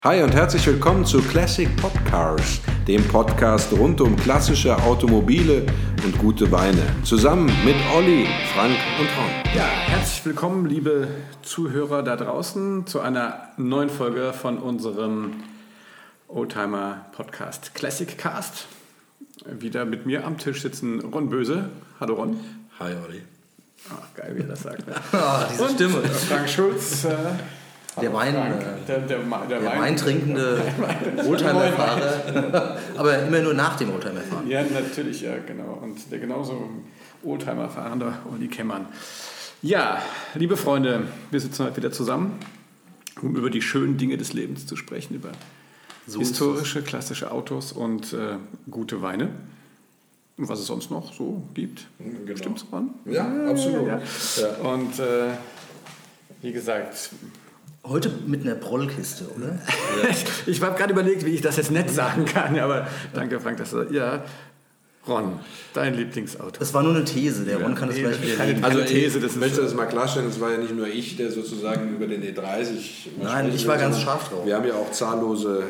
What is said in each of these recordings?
Hi und herzlich willkommen zu Classic Podcars, dem Podcast rund um klassische Automobile und gute Weine. Zusammen mit Olli, Frank und Ron. Ja, herzlich willkommen, liebe Zuhörer da draußen, zu einer neuen Folge von unserem Oldtimer-Podcast Classic Cast. Wieder mit mir am Tisch sitzen Ron Böse. Hallo Ron. Hi Olli. Ach, geil, wie er das sagt. Ne? Diese Stimme. Frank Schulz. Der weintrinkende Wein Oldtimer-Fahrer, aber immer nur nach dem Oldtimer-Fahren. Ja, natürlich, ja, genau. Und der genauso Oldtimer-fahrende Olli Kemmern. Ja, liebe Freunde, wir sitzen heute wieder zusammen, um über die schönen Dinge des Lebens zu sprechen, über historische, klassische Autos und gute Weine. Und was es sonst noch so gibt. Genau. Stimmt's, Ron? Ja, absolut. Ja. Ja. Und wie gesagt... Heute mit einer Brollkiste, oder? Ich habe gerade überlegt, wie ich das jetzt nett sagen kann, aber danke Frank, dass du... Ja, Ron, dein Lieblingsauto. Das war nur eine These, der Ron kann das gleich widerlegen. Also These, ich möchte das mal klarstellen, es war ja nicht nur ich, der sozusagen über den E30... Nein, ich war ganz scharf drauf. Wir haben ja auch zahllose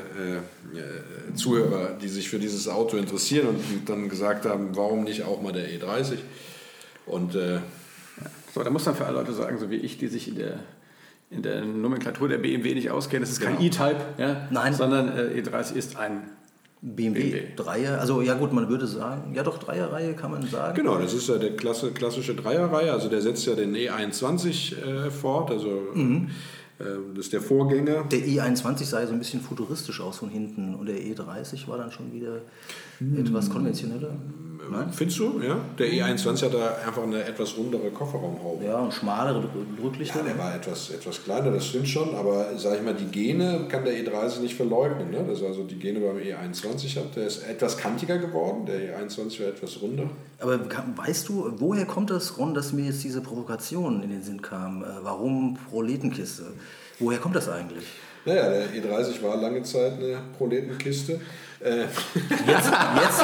Zuhörer, die sich für dieses Auto interessieren und dann gesagt haben, warum nicht auch mal der E30? Und... So, da muss man für alle Leute sagen, so wie ich, die sich in der Nomenklatur der BMW nicht auskennen, das ist kein E-Type, ja? Nein. Sondern E30 ist ein BMW. Dreier, also ja gut, man würde sagen, ja doch, Dreierreihe kann man sagen. Genau, das ist ja der klassische Dreierreihe, also der setzt ja den E21 fort, also das ist der Vorgänger. Der E21 sah so ein bisschen futuristisch aus von hinten und der E30 war dann schon wieder etwas konventioneller. Nein? Findest du? Ja. Der E21 hat da einfach eine etwas rundere Kofferraumhaube. Ja, und schmalere Rücklichter. Ja, der war etwas kleiner, das stimmt schon, aber sag ich mal, die Gene kann der E30 nicht verleugnen. Ne? Das also die Gene beim E21 hat, der ist etwas kantiger geworden, der E21 war etwas runder. Aber weißt du, woher kommt das, Ron, dass mir jetzt diese Provokation in den Sinn kam? Warum Proletenkiste? Woher kommt das eigentlich? Naja, der E30 war lange Zeit eine Proletenkiste. Jetzt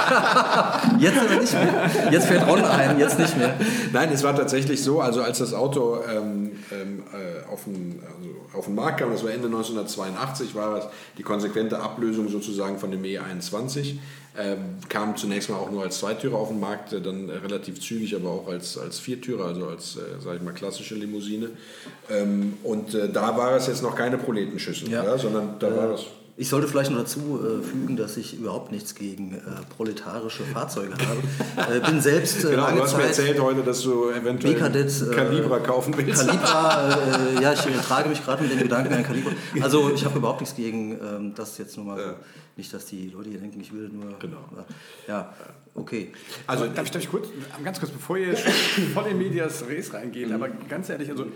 aber nicht mehr. Jetzt fällt Ron ein, jetzt nicht mehr. Nein, es war tatsächlich so, also als das Auto auf den Markt kam, das war Ende 1982, war das die konsequente Ablösung sozusagen von dem E21. Kam zunächst mal auch nur als Zweitürer auf den Markt, dann relativ zügig, aber auch als Viertürer, also als, sag ich mal, klassische Limousine. Und da war es jetzt noch keine Proletenschüssel, ja, sondern da war das... Ich sollte vielleicht noch dazu fügen, dass ich überhaupt nichts gegen proletarische Fahrzeuge habe. Bin selbst genau, du hast mir erzählt heute, dass du eventuell Calibra kaufen willst. Calibra, ja, ich trage mich gerade mit dem Gedanken an Calibra. Also ich habe überhaupt nichts gegen das jetzt nur mal so. Nicht, dass die Leute hier denken, ich will nur... Genau. Ja, okay. Also darf ich kurz, ganz kurz, bevor ihr voll in Medias Res reingeht, aber ganz ehrlich, also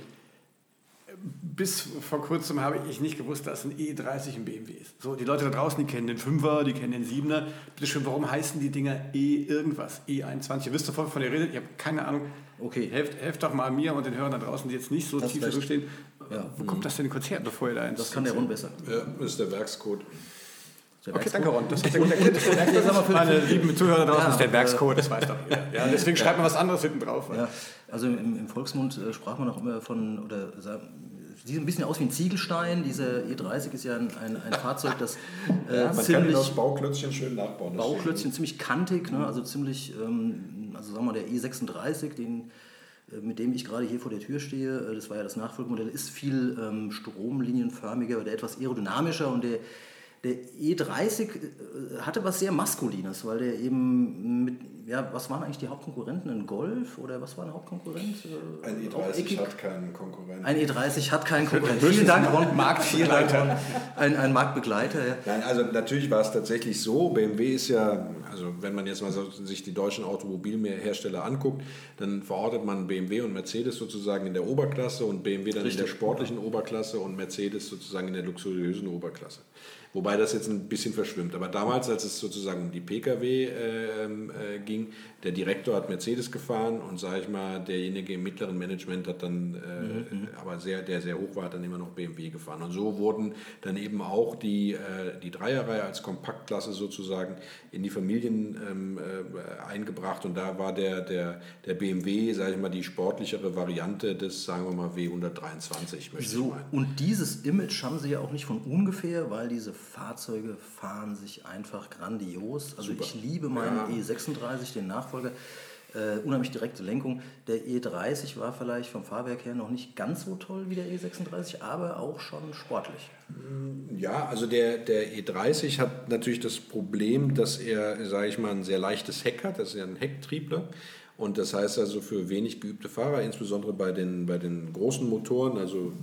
bis vor kurzem habe ich nicht gewusst, dass ein E30 ein BMW ist. So, die Leute da draußen, die kennen den 5er, die kennen den 7er. Bitte schön, warum heißen die Dinger irgendwas? E21. Ihr wisst sofort, von der Rede, ich habe keine Ahnung. Okay. Helft doch mal mir und den Hörern da draußen, die jetzt nicht so tief drin stehen. Ja. Wo kommt das denn in Konzert, bevor ihr da ins... Das kann der Ron besser. Ja, das ist der Werkscode. Okay, danke Ron. Das ist der Werkscode. Meine lieben Zuhörer da draußen, ist der Werkscode, das weiß doch jeder. Ja, deswegen schreibt man was anderes hinten drauf. Ja, also im Volksmund sprach man auch immer von, oder sieht ein bisschen aus wie ein Ziegelstein. Dieser E30 ist ja ein Fahrzeug, das man kann ihn aus Bauklötzchen schön nachbauen. Bauklötzchen ziemlich kantig, ne? Also ziemlich, also sagen wir mal der E36, mit dem ich gerade hier vor der Tür stehe, das war ja das Nachfolgemodell, ist viel stromlinienförmiger oder etwas aerodynamischer und der E30 hatte was sehr Maskulines, weil der eben mit, ja, was waren eigentlich die Hauptkonkurrenten? Ein Golf oder was war der Hauptkonkurrent? Ein E30 hat keinen Konkurrenten. Ein E30 hat keinen Konkurrenten. Vielen Dank, Ron. Marktbegleiter. Ein Marktbegleiter, ja. Nein, also natürlich war es tatsächlich so. BMW ist ja, also wenn man jetzt mal so sich die deutschen Automobilhersteller anguckt, dann verortet man BMW und Mercedes sozusagen in der Oberklasse und BMW dann in der sportlichen Oberklasse und Mercedes sozusagen in der luxuriösen Oberklasse. Wobei das jetzt ein bisschen verschwimmt. Aber damals, als es sozusagen um die Pkw ging, ging. Der Direktor hat Mercedes gefahren und, sage ich mal, derjenige im mittleren Management hat dann, aber der sehr hoch war, hat dann immer noch BMW gefahren. Und so wurden dann eben auch die Dreierreihe als Kompaktklasse sozusagen in die Familien eingebracht. Und da war der BMW, sage ich mal, die sportlichere Variante des, sagen wir mal, W123, möchte ich meinen. Und dieses Image haben sie ja auch nicht von ungefähr, weil diese Fahrzeuge fahren sich einfach grandios. Also super. Ich liebe meinen E36, den Nachfolger. Unheimlich direkte Lenkung. Der E30 war vielleicht vom Fahrwerk her noch nicht ganz so toll wie der E36, aber auch schon sportlich. Ja, also der E30 hat natürlich das Problem, dass er, sage ich mal, ein sehr leichtes Heck hat. Das ist ja ein Hecktriebler. Und das heißt also für wenig geübte Fahrer, insbesondere bei den großen Motoren, also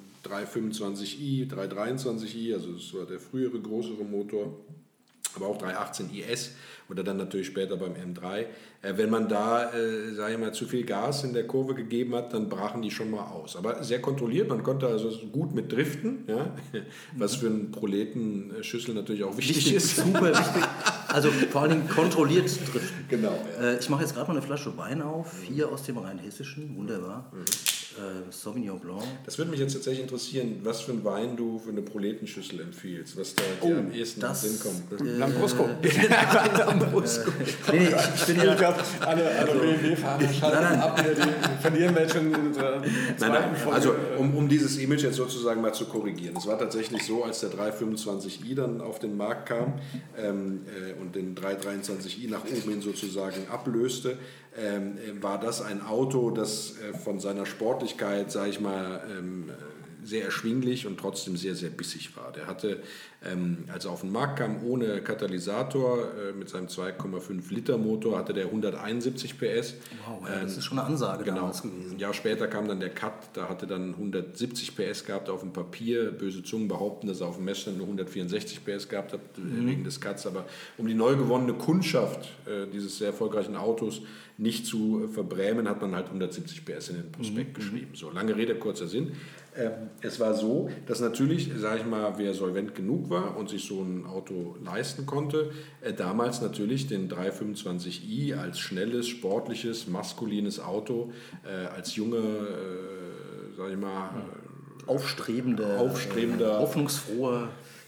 325i, 323i, also das war der frühere, größere Motor, aber auch 318 IS oder dann natürlich später beim M3. Wenn man da, sage ich mal, zu viel Gas in der Kurve gegeben hat, dann brachen die schon mal aus. Aber sehr kontrolliert, man konnte also gut mit driften, ja? Was für einen Proletenschüssel natürlich auch wichtig ist. Super wichtig. Also vor allen Dingen kontrolliert driften. Genau. Ja. Ich mache jetzt gerade mal eine Flasche Wein auf, hier aus dem Rheinhessischen, wunderbar. Sauvignon Blanc. Das würde mich jetzt tatsächlich interessieren, was für einen Wein du für eine Proletenschüssel empfiehlst, was da am ehesten in den Sinn kommt. Ne? Lambrusco. Lambrusco. Ich glaube, alle BMW-Fahrer schalten ab, die verlieren wir jetzt schon in unserer zweiten Folge. Also um dieses Image jetzt sozusagen mal zu korrigieren. Es war tatsächlich so, als der 325i dann auf den Markt kam und den 323i nach oben hin sozusagen ablöste, war das ein Auto, das von seiner Sportlichkeit, sage ich mal, sehr erschwinglich und trotzdem sehr, sehr bissig war. Der hatte, als er auf den Markt kam, ohne Katalysator, mit seinem 2,5 Liter Motor, hatte der 171 PS. Wow, das ist schon eine Ansage damals gewesen. Ein Jahr später kam dann der Cut, da hatte dann 170 PS gehabt auf dem Papier. Böse Zungen behaupten, dass er auf dem Messstand nur 164 PS gehabt hat, wegen des Cuts. Aber um die neu gewonnene Kundschaft dieses sehr erfolgreichen Autos nicht zu verbrämen, hat man halt 170 PS in den Prospekt geschrieben. So, lange Rede, kurzer Sinn. Es war so, dass natürlich, sage ich mal, wer solvent genug war und sich so ein Auto leisten konnte, damals natürlich den 325i als schnelles, sportliches, maskulines Auto, als junge, sage ich mal, aufstrebender, hoffnungsfroher,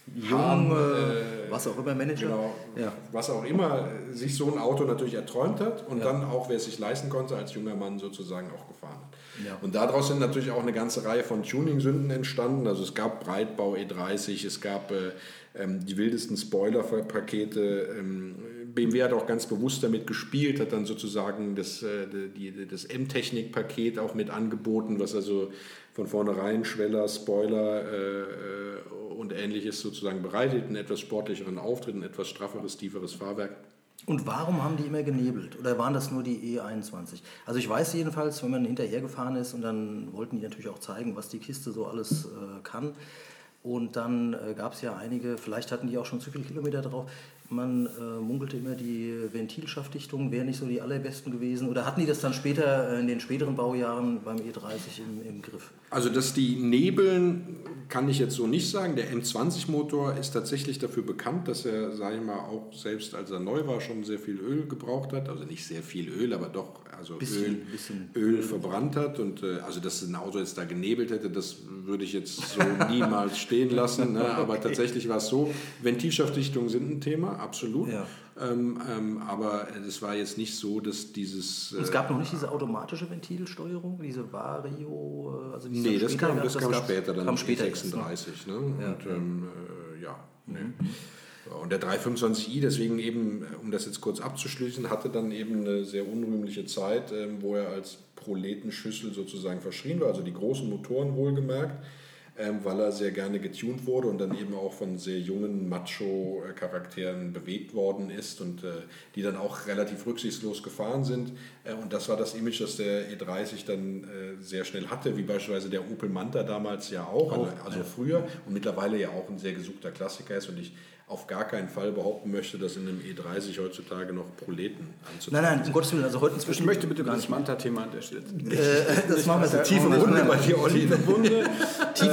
was auch immer Manager. Genau, ja. Was auch immer sich so ein Auto natürlich erträumt hat und dann auch, wer es sich leisten konnte, als junger Mann sozusagen auch gefahren hat. Ja. Und daraus sind natürlich auch eine ganze Reihe von Tuning-Sünden entstanden. Also es gab Breitbau E30, es gab die wildesten Spoiler-Pakete. BMW hat auch ganz bewusst damit gespielt, hat dann sozusagen das M-Technik-Paket auch mit angeboten, was also von vornherein Schweller, Spoiler und Ähnliches sozusagen bereitet, einen etwas sportlicheren Auftritt, ein etwas strafferes, tieferes Fahrwerk. Und warum haben die immer genebelt? Oder waren das nur die E21? Also ich weiß jedenfalls, wenn man hinterhergefahren ist und dann wollten die natürlich auch zeigen, was die Kiste so alles kann. Und dann gab es ja einige, vielleicht hatten die auch schon zu viele Kilometer drauf, man munkelte immer, die Ventilschaftdichtung wäre nicht so die allerbesten gewesen. Oder hatten die das dann später, in den späteren Baujahren beim E30 im Griff? Also, dass die nebeln, kann ich jetzt so nicht sagen. Der M20-Motor ist tatsächlich dafür bekannt, dass er, sage ich mal, auch selbst als er neu war, schon sehr viel Öl gebraucht hat. Also nicht sehr viel Öl, aber doch Öl verbrannt hat. Und also, dass ein Auto jetzt da genebelt hätte, das würde ich jetzt so niemals stehen lassen. Ne? Aber tatsächlich war es so, Ventilschaftdichtungen sind ein Thema, absolut. Ja. Aber es war jetzt nicht so, dass dieses... Und es gab noch nicht diese automatische Ventilsteuerung, diese Vario... Also nee, das kam später, dann später 36. Ne? Und der 325i, deswegen eben, um das jetzt kurz abzuschließen, hatte dann eben eine sehr unrühmliche Zeit, wo er als Proletenschüssel sozusagen verschrien war, also die großen Motoren wohlgemerkt, weil er sehr gerne getuned wurde und dann eben auch von sehr jungen Macho-Charakteren bewegt worden ist und die dann auch relativ rücksichtslos gefahren sind. Und das war das Image, das der E30 dann sehr schnell hatte, wie beispielsweise der Opel Manta damals ja auch, früher und mittlerweile ja auch ein sehr gesuchter Klassiker ist und ich auf gar keinen Fall behaupten möchte, dass in einem E30 heutzutage noch Proleten anzutreffen sind. Nein, um Gottes Willen, also heute inzwischen... Ich möchte bitte das Manta-Thema an der Stelle. Das machen wir tiefe Wunde bei dir, Olli. Tiefe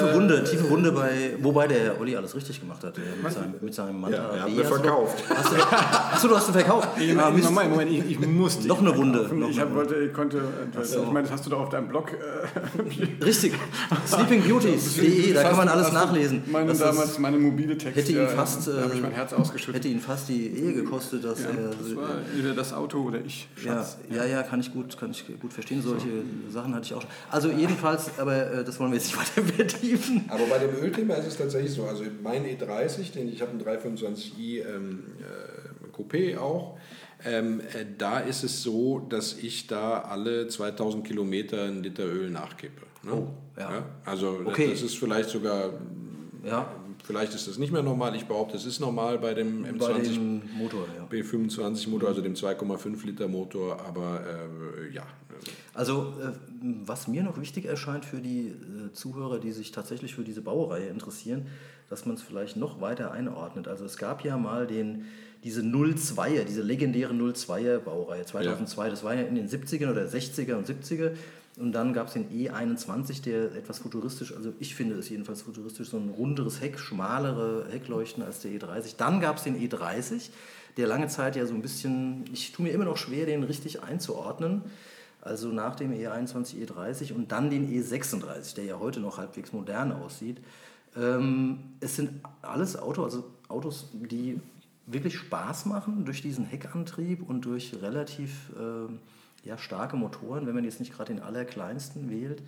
tiefe Wunde wobei der Olli alles richtig gemacht hat mit seinem Manta. Ja, er hat mir verkauft. Achso, du hast ihn verkauft. Moment, ich musste. Noch eine Wunde. Ich meine, das hast du doch auf deinem Blog. Richtig. sleepingbeauties.de, da kann man alles nachlesen. Meine mobile Texte. Da habe ich mein Herz ausgeschüttet. Hätte ihn fast die Ehe gekostet. Das war entweder das Auto oder ich. Schatz. Ja, kann ich gut verstehen. Solche Sachen hatte ich auch schon. Also jedenfalls, aber das wollen wir jetzt nicht weiter vertiefen. Aber bei dem Ölthema ist es tatsächlich so. Also mein E30, ich habe einen 325i Coupé auch. Da ist es so, dass ich da alle 2000 Kilometer einen Liter Öl nachkippe. Ne? Oh, ja. Also okay. Das ist vielleicht sogar... Ja. Vielleicht ist das nicht mehr normal. Ich behaupte, es ist normal bei dem M20 bei dem Motor, B25 Motor, also dem 2,5 Liter Motor, aber ja. Also was mir noch wichtig erscheint für die Zuhörer, die sich tatsächlich für diese Baureihe interessieren, dass man es vielleicht noch weiter einordnet. Also es gab ja mal diese 02er, diese legendäre 02er Baureihe 2002, das war ja in den 70er oder 60er und 70er. Und dann gab es den E21, der etwas futuristisch, also ich finde es jedenfalls futuristisch, so ein runderes Heck, schmalere Heckleuchten als der E30. Dann gab es den E30, der lange Zeit ja so ein bisschen, ich tue mir immer noch schwer, den richtig einzuordnen, also nach dem E21, E30 und dann den E36, der ja heute noch halbwegs modern aussieht. Es sind alles Autos, die wirklich Spaß machen durch diesen Heckantrieb und durch relativ... starke Motoren, wenn man jetzt nicht gerade den allerkleinsten wählt.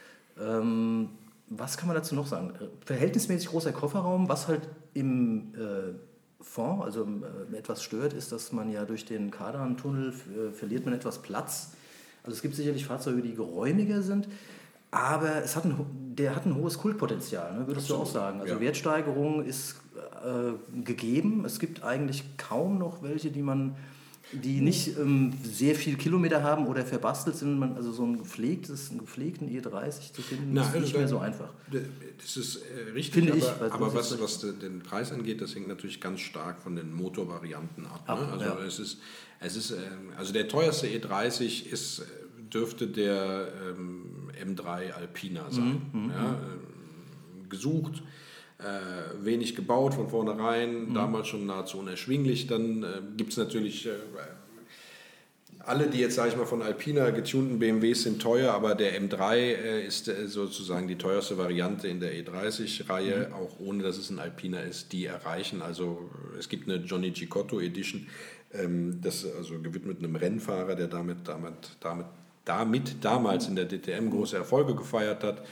Was kann man dazu noch sagen? Verhältnismäßig großer Kofferraum, was halt im Fond, also etwas stört, ist, dass man ja durch den Kardantunnel verliert man etwas Platz. Also es gibt sicherlich Fahrzeuge, die geräumiger sind, aber der hat ein hohes Kultpotenzial, ne, würdest du auch sagen. Also Wertsteigerung ist gegeben. Es gibt eigentlich kaum noch welche, die nicht sehr viel Kilometer haben oder verbastelt sind. Also so einen gepflegten E30 zu finden, ist nicht mehr so einfach. Das ist richtig, finde aber was den Preis angeht, das hängt natürlich ganz stark von den Motorvarianten ab. Ne? Also also der teuerste E30 dürfte der M3 Alpina sein. Gesucht. Wenig gebaut von vornherein, damals schon nahezu unerschwinglich. Dann gibt es natürlich alle, die jetzt, sage ich mal, von Alpina getunten BMWs sind teuer, aber der M3 ist sozusagen die teuerste Variante in der E30-Reihe, auch ohne, dass es ein Alpina ist, die erreichen. Also es gibt eine Johnny Cicotto Edition, das also gewidmet einem Rennfahrer, der damit damals in der DTM große Erfolge gefeiert hat.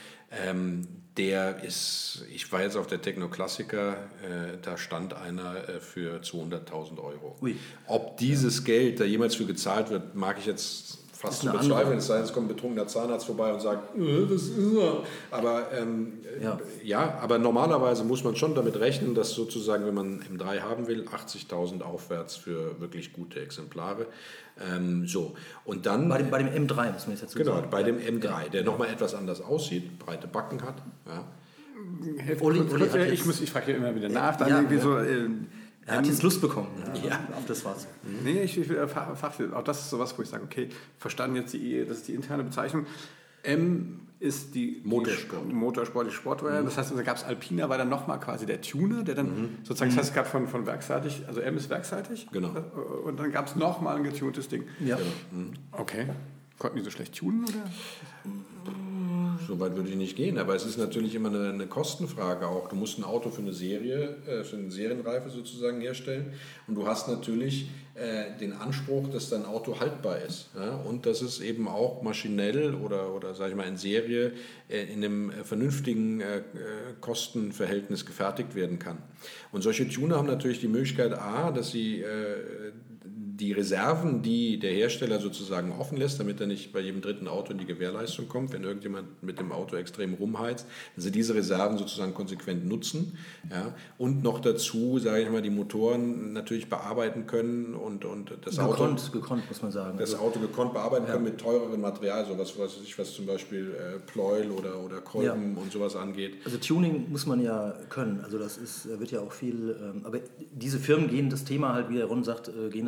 Ich war jetzt auf der Techno-Klassiker, da stand einer für 200.000 Euro. Ui. Ob dieses Geld da jemals für gezahlt wird, mag ich jetzt fast zu bezweifeln. Es sei denn, es kommt ein betrunkener Zahnarzt vorbei und sagt, das ist er. Aber aber normalerweise muss man schon damit rechnen, dass sozusagen, wenn man M3 haben will, 80.000 aufwärts für wirklich gute Exemplare. Und dann, bei dem M3 muss man jetzt dazu sagen. Genau, bei dem M3, der nochmal etwas anders aussieht, breite Backen hat. Ja. Ich frage hier immer wieder nach. Er hat jetzt Lust bekommen auf das Fahrzeug. Nee, ich will auch das ist sowas, wo ich sage, okay, verstanden jetzt das ist die interne Bezeichnung. M ist die Motorsport, die Sportwagen. Das heißt, da gab es Alpina, war dann nochmal quasi der Tuner, der dann sozusagen, das heißt, es gab von werkseitig, also M ist werkseitig. Genau. Und dann gab es nochmal ein getuntes Ding. Ja. Genau. Okay. Konnten die so schlecht tunen, oder? So weit würde ich nicht gehen, aber es ist natürlich immer eine Kostenfrage auch. Du musst ein Auto für eine Serie, für eine Serienreife sozusagen herstellen und du hast natürlich den Anspruch, dass dein Auto haltbar ist, ja? Und dass es eben auch maschinell oder sage ich mal in Serie in einem vernünftigen Kostenverhältnis gefertigt werden kann. Und solche Tuner haben natürlich die Möglichkeit, dass sie die Reserven, die der Hersteller sozusagen offen lässt, damit er nicht bei jedem dritten Auto in die Gewährleistung kommt, wenn irgendjemand mit dem Auto extrem rumheizt, dass sie diese Reserven sozusagen konsequent nutzen, ja, und noch dazu, sage ich mal, die Motoren natürlich bearbeiten können und das gekonnt, muss man sagen. Das Auto gekonnt bearbeiten können mit teurerem Material, so was zum Beispiel Pleuel oder Kolben und sowas angeht. Also Tuning muss man ja können, also das wird ja auch viel, aber diese Firmen gehen das Thema halt, wie der Ron sagt, gehen es halt sehr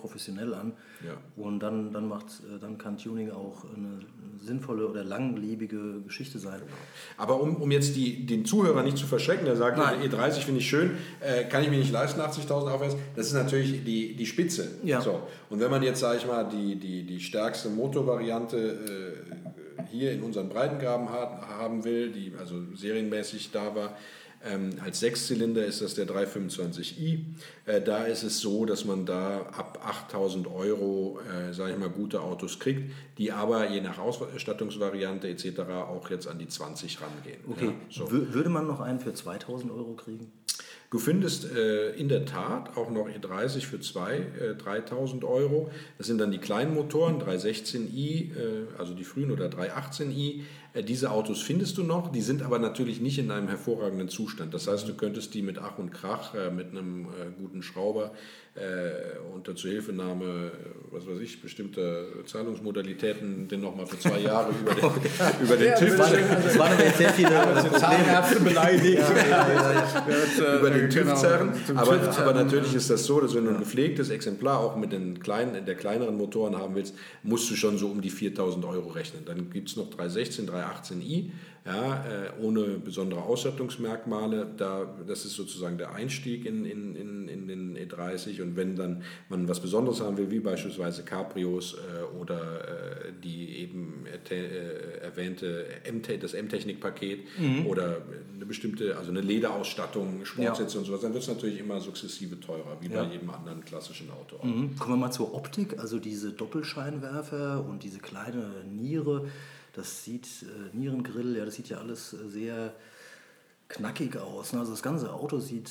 professionell an. Ja. Und dann kann Tuning auch eine sinnvolle oder langlebige Geschichte sein. Aber um jetzt den Zuhörer nicht zu verschrecken, der sagt, E30 finde ich schön, kann ich mir nicht leisten, 80.000 aufwärts, das ist natürlich die Spitze. Ja. So. Und wenn man jetzt, sage ich mal, die stärkste Motorvariante hier in unseren Breitengraden haben will, die also serienmäßig da war, als Sechszylinder ist das der 325i. Da ist es so, dass man da ab 8.000 €, sage ich mal, gute Autos kriegt, die aber je nach Ausstattungsvariante etc. auch jetzt an die 20 rangehen. Okay, ja, so. Würde man noch einen für 2.000 € kriegen? Du findest in der Tat auch noch E30 für 3.000 €. Das sind dann die kleinen Motoren, 316i, also die frühen, oder 318i. Diese Autos findest du noch, die sind aber natürlich nicht in einem hervorragenden Zustand. Das heißt, du könntest die mit Ach und Krach, mit einem guten Schrauber unter Zuhilfenahme, was weiß ich, bestimmter Zahlungsmodalitäten, den nochmal für 2 Jahre über den TÜV. Das waren aber jetzt sehr viele Zahnärzte beleidigt. Über den TÜV zerren. Aber natürlich ist das so, dass wenn du ein gepflegtes Exemplar auch mit der kleineren Motoren haben willst, musst du schon so um die 4.000 € rechnen. Dann gibt es noch 316, 318i, ja, ohne besondere Ausstattungsmerkmale. Das ist sozusagen der Einstieg in den E30. Und wenn dann man was Besonderes haben will, wie beispielsweise Cabrios oder die eben erwähnte das M-Technik-Paket oder eine bestimmte, also eine Lederausstattung, Sportsitze und sowas, dann wird es natürlich immer sukzessive teurer, wie bei jedem anderen klassischen Auto. Kommen wir mal zur Optik, also diese Doppelscheinwerfer und diese kleine Niere, Nierengrill, ja, das sieht ja alles sehr knackig aus. Ne? Also das ganze Auto sieht,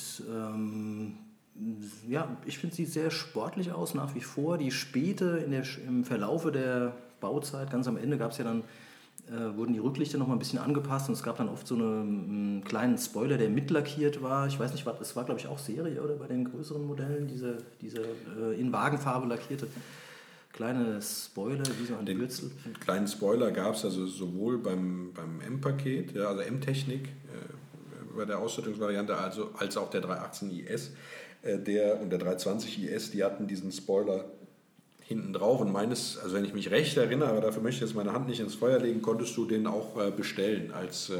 ich finde, sieht sehr sportlich aus nach wie vor. Die Späte im Verlaufe der Bauzeit, ganz am Ende gab es ja dann, wurden die Rücklichter noch mal ein bisschen angepasst und es gab dann oft so einen kleinen Spoiler, der mitlackiert war. Ich weiß nicht, das war glaube ich auch Serie, oder, bei den größeren Modellen, diese in Wagenfarbe lackierte kleine Spoiler, wie so ein Bürzel. Den kleinen Spoiler gab es also sowohl beim M-Paket, ja, also M-Technik, bei der Ausstattungsvariante, als auch der 318 IS, und der 320 IS, die hatten diesen Spoiler hinten drauf, und also wenn ich mich recht erinnere, aber dafür möchte ich jetzt meine Hand nicht ins Feuer legen, konntest du den auch bestellen als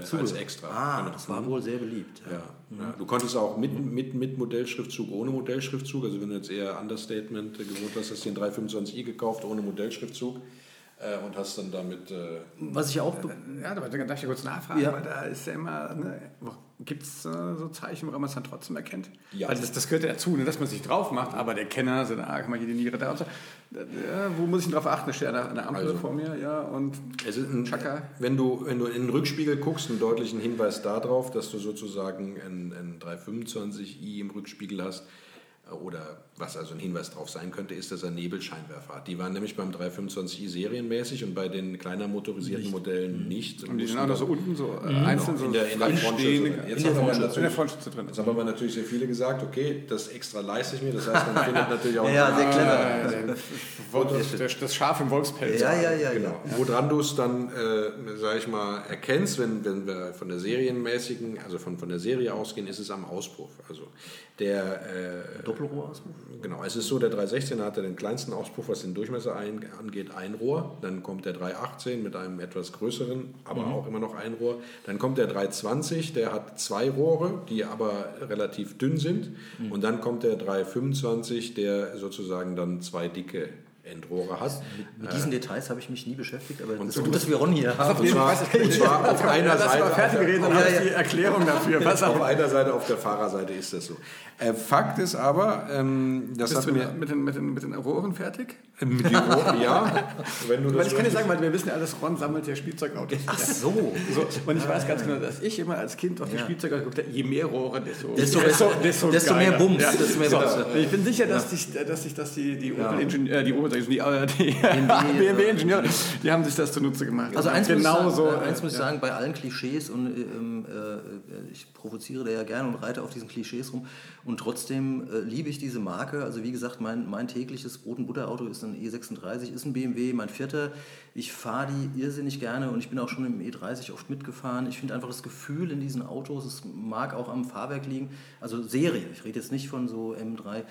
extra. Das war wohl sehr beliebt. Ja. Ja. Du konntest auch mit Modellschriftzug, ohne Modellschriftzug, also wenn du jetzt eher Understatement gewohnt hast, hast du den 325i gekauft ohne Modellschriftzug und hast dann damit... Was ich auch... Ja, aber darf ich kurz nachfragen, weil da ist ja immer... Gibt es so Zeichen, woran man es dann trotzdem erkennt? Ja. Weil das gehört ja dazu, dass man sich drauf macht, aber der Kenner, so, kann man hier die Niere da und so. Wo muss ich denn drauf achten? Steht eine Ampel vor mir, ja, und es ist wenn du in den Rückspiegel guckst, einen deutlichen Hinweis darauf, dass du sozusagen ein 325i im Rückspiegel hast, oder was also ein Hinweis darauf sein könnte, ist, dass er Nebelscheinwerfer hat. Die waren nämlich beim 325i serienmäßig und bei den kleiner motorisierten Modellen nicht. Und die sind auch noch so unten, so einzeln in der Frontschütze. Jetzt haben aber natürlich sehr viele gesagt, okay, das extra leiste ich mir, das heißt, man findet natürlich auch... Ja, sehr clever. Das Schaf im Wolfspelz. Ja. Genau. Woran du es dann, sage ich mal, erkennst, wenn wir von der serienmäßigen, also von der Serie ausgehen, ist es am Auspuff. Also der Doppelrohrauspuff? Genau, es ist so, der 316 hat den kleinsten Auspuff, was den Durchmesser angeht, ein Rohr. Dann kommt der 318 mit einem etwas größeren, aber auch immer noch ein Rohr. Dann kommt der 320, der hat 2 Rohre, die aber relativ dünn sind. Und dann kommt der 325, der sozusagen dann 2 dicke Endrohre hat. Mit diesen Details habe ich mich nie beschäftigt, aber es ist gut, dass wir Ron hier haben. Und zwar auf einer Seite... fertig reden, dann habe ich die Erklärung dafür. Auf einer Seite, auf der Fahrerseite ist das so. Fakt ist aber, das bist du mit den Rohren fertig? Mit den Rohren, ja. Weil ich kann dir sagen, weil wir wissen ja alles, Ron sammelt ja Spielzeugautos. Ach so. Und ich weiß ganz genau, dass ich immer als Kind auf die Spielzeugautos geguckt habe, je mehr Rohre, desto mehr Bums. Ich bin sicher, dass die BMW-Ingenieure, die haben sich das zunutze gemacht. Also eins muss ich sagen, bei allen Klischees, und ich provoziere da ja gerne und reite auf diesen Klischees rum, und trotzdem liebe ich diese Marke. Also wie gesagt, mein tägliches Brot- und Butterauto ist ein E36, ist ein BMW, mein vierter. Ich fahre die irrsinnig gerne und ich bin auch schon im E30 oft mitgefahren. Ich finde einfach das Gefühl in diesen Autos, es mag auch am Fahrwerk liegen, also Serie, ich rede jetzt nicht von so M3,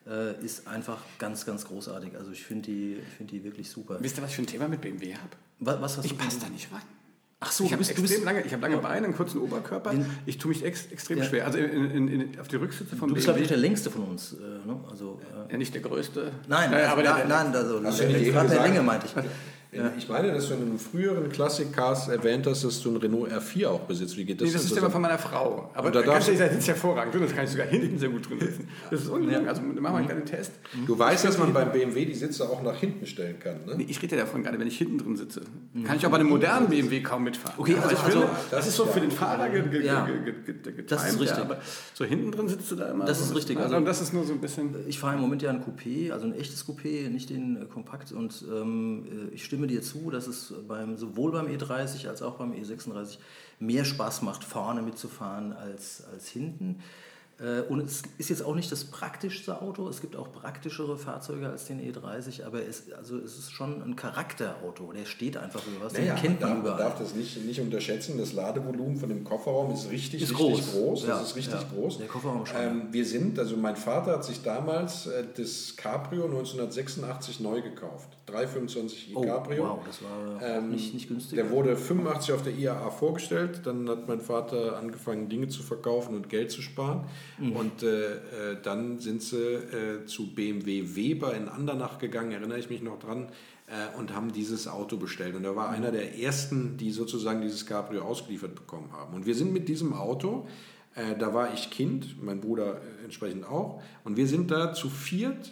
ist einfach ganz, ganz großartig. Also ich finde die wirklich super. Wisst ihr, was ich für ein Thema mit BMW habe? Was hast Ich du passe da nicht rein. Ach so, Ich habe lange Beine, einen kurzen Oberkörper. Ich tue mich extrem schwer. Also auf die Rücksitze von Du bist, glaube ich, der längste von uns. Ne? Also, ja, nicht der größte. Nein, also Hast du nicht eben gerade der gesagt? Länge meinte ich. Ich meine, dass du in einem früheren Classic-Cast erwähnt hast, dass du einen Renault R4 auch besitzt. Wie geht das? Nee, das ist denn? immer von meiner Frau. Aber da da kannst du nicht sagen, das ist hervorragend. Das kann ich sogar hinten sehr gut drin sitzen. Das ist ungelogen. Also machen wir einen kleinen Test. Du weißt, dass man beim BMW die Sitze auch nach hinten stellen kann, ne? Nee, ich rede ja davon gerade, wenn ich hinten drin sitze. Kann ich auch bei einem modernen BMW kaum mitfahren. Okay, aber ich finde, das ist so für den Fahrer getimt. Das ist richtig. Aber so hinten drin sitzt du da immer. Das ist richtig. Also, und das ist nur so ein bisschen... Ich fahre im Moment ja ein Coupé, also ein echtes Coupé, nicht den Kompakt. Und ich stimme dir zu, dass es sowohl beim E30 als auch beim E36 mehr Spaß macht, vorne mitzufahren als hinten. Und es ist jetzt auch nicht das praktischste Auto. Es gibt auch praktischere Fahrzeuge als den E30, aber es ist schon ein Charakterauto. Der steht einfach über was. Den kennt man überall. Man darf das nicht unterschätzen. Das Ladevolumen von dem Kofferraum ist richtig groß. Ja, Das ist richtig groß. Der Kofferraum schon. Mein Vater hat sich damals das Cabrio 1986 neu gekauft. 325i Cabrio. Wow, das war nicht günstig. Der wurde 85 auf der IAA vorgestellt. Dann hat mein Vater angefangen, Dinge zu verkaufen und Geld zu sparen. Und dann sind sie zu BMW Weber in Andernach gegangen, erinnere ich mich noch dran, und haben dieses Auto bestellt. Und er war einer der ersten, die sozusagen dieses Cabrio ausgeliefert bekommen haben. Und wir sind mit diesem Auto, da war ich Kind, mein Bruder entsprechend auch, und wir sind da zu viert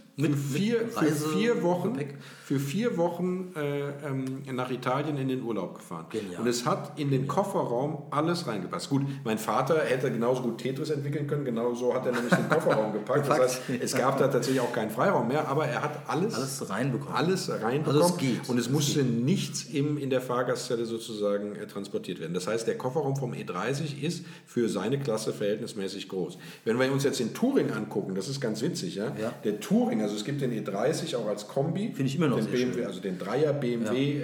für vier Wochen nach Italien in den Urlaub gefahren. Genial. Und es hat in den Kofferraum alles reingepasst. Gut, mein Vater hätte genauso gut Tetris entwickeln können, genau so hat er nämlich den Kofferraum gepackt. Das heißt, es gab da tatsächlich auch keinen Freiraum mehr, aber er hat alles reinbekommen. Also es geht. Und es musste nichts in der Fahrgastzelle sozusagen transportiert werden. Das heißt, der Kofferraum vom E30 ist für seine Klasse verhältnismäßig groß. Wenn wir uns jetzt den Touring angucken, das ist ganz witzig, ja? Der Touring, also es gibt den E30 auch als Kombi. Finde ich immer noch den sehr schön. Also den Dreier BMW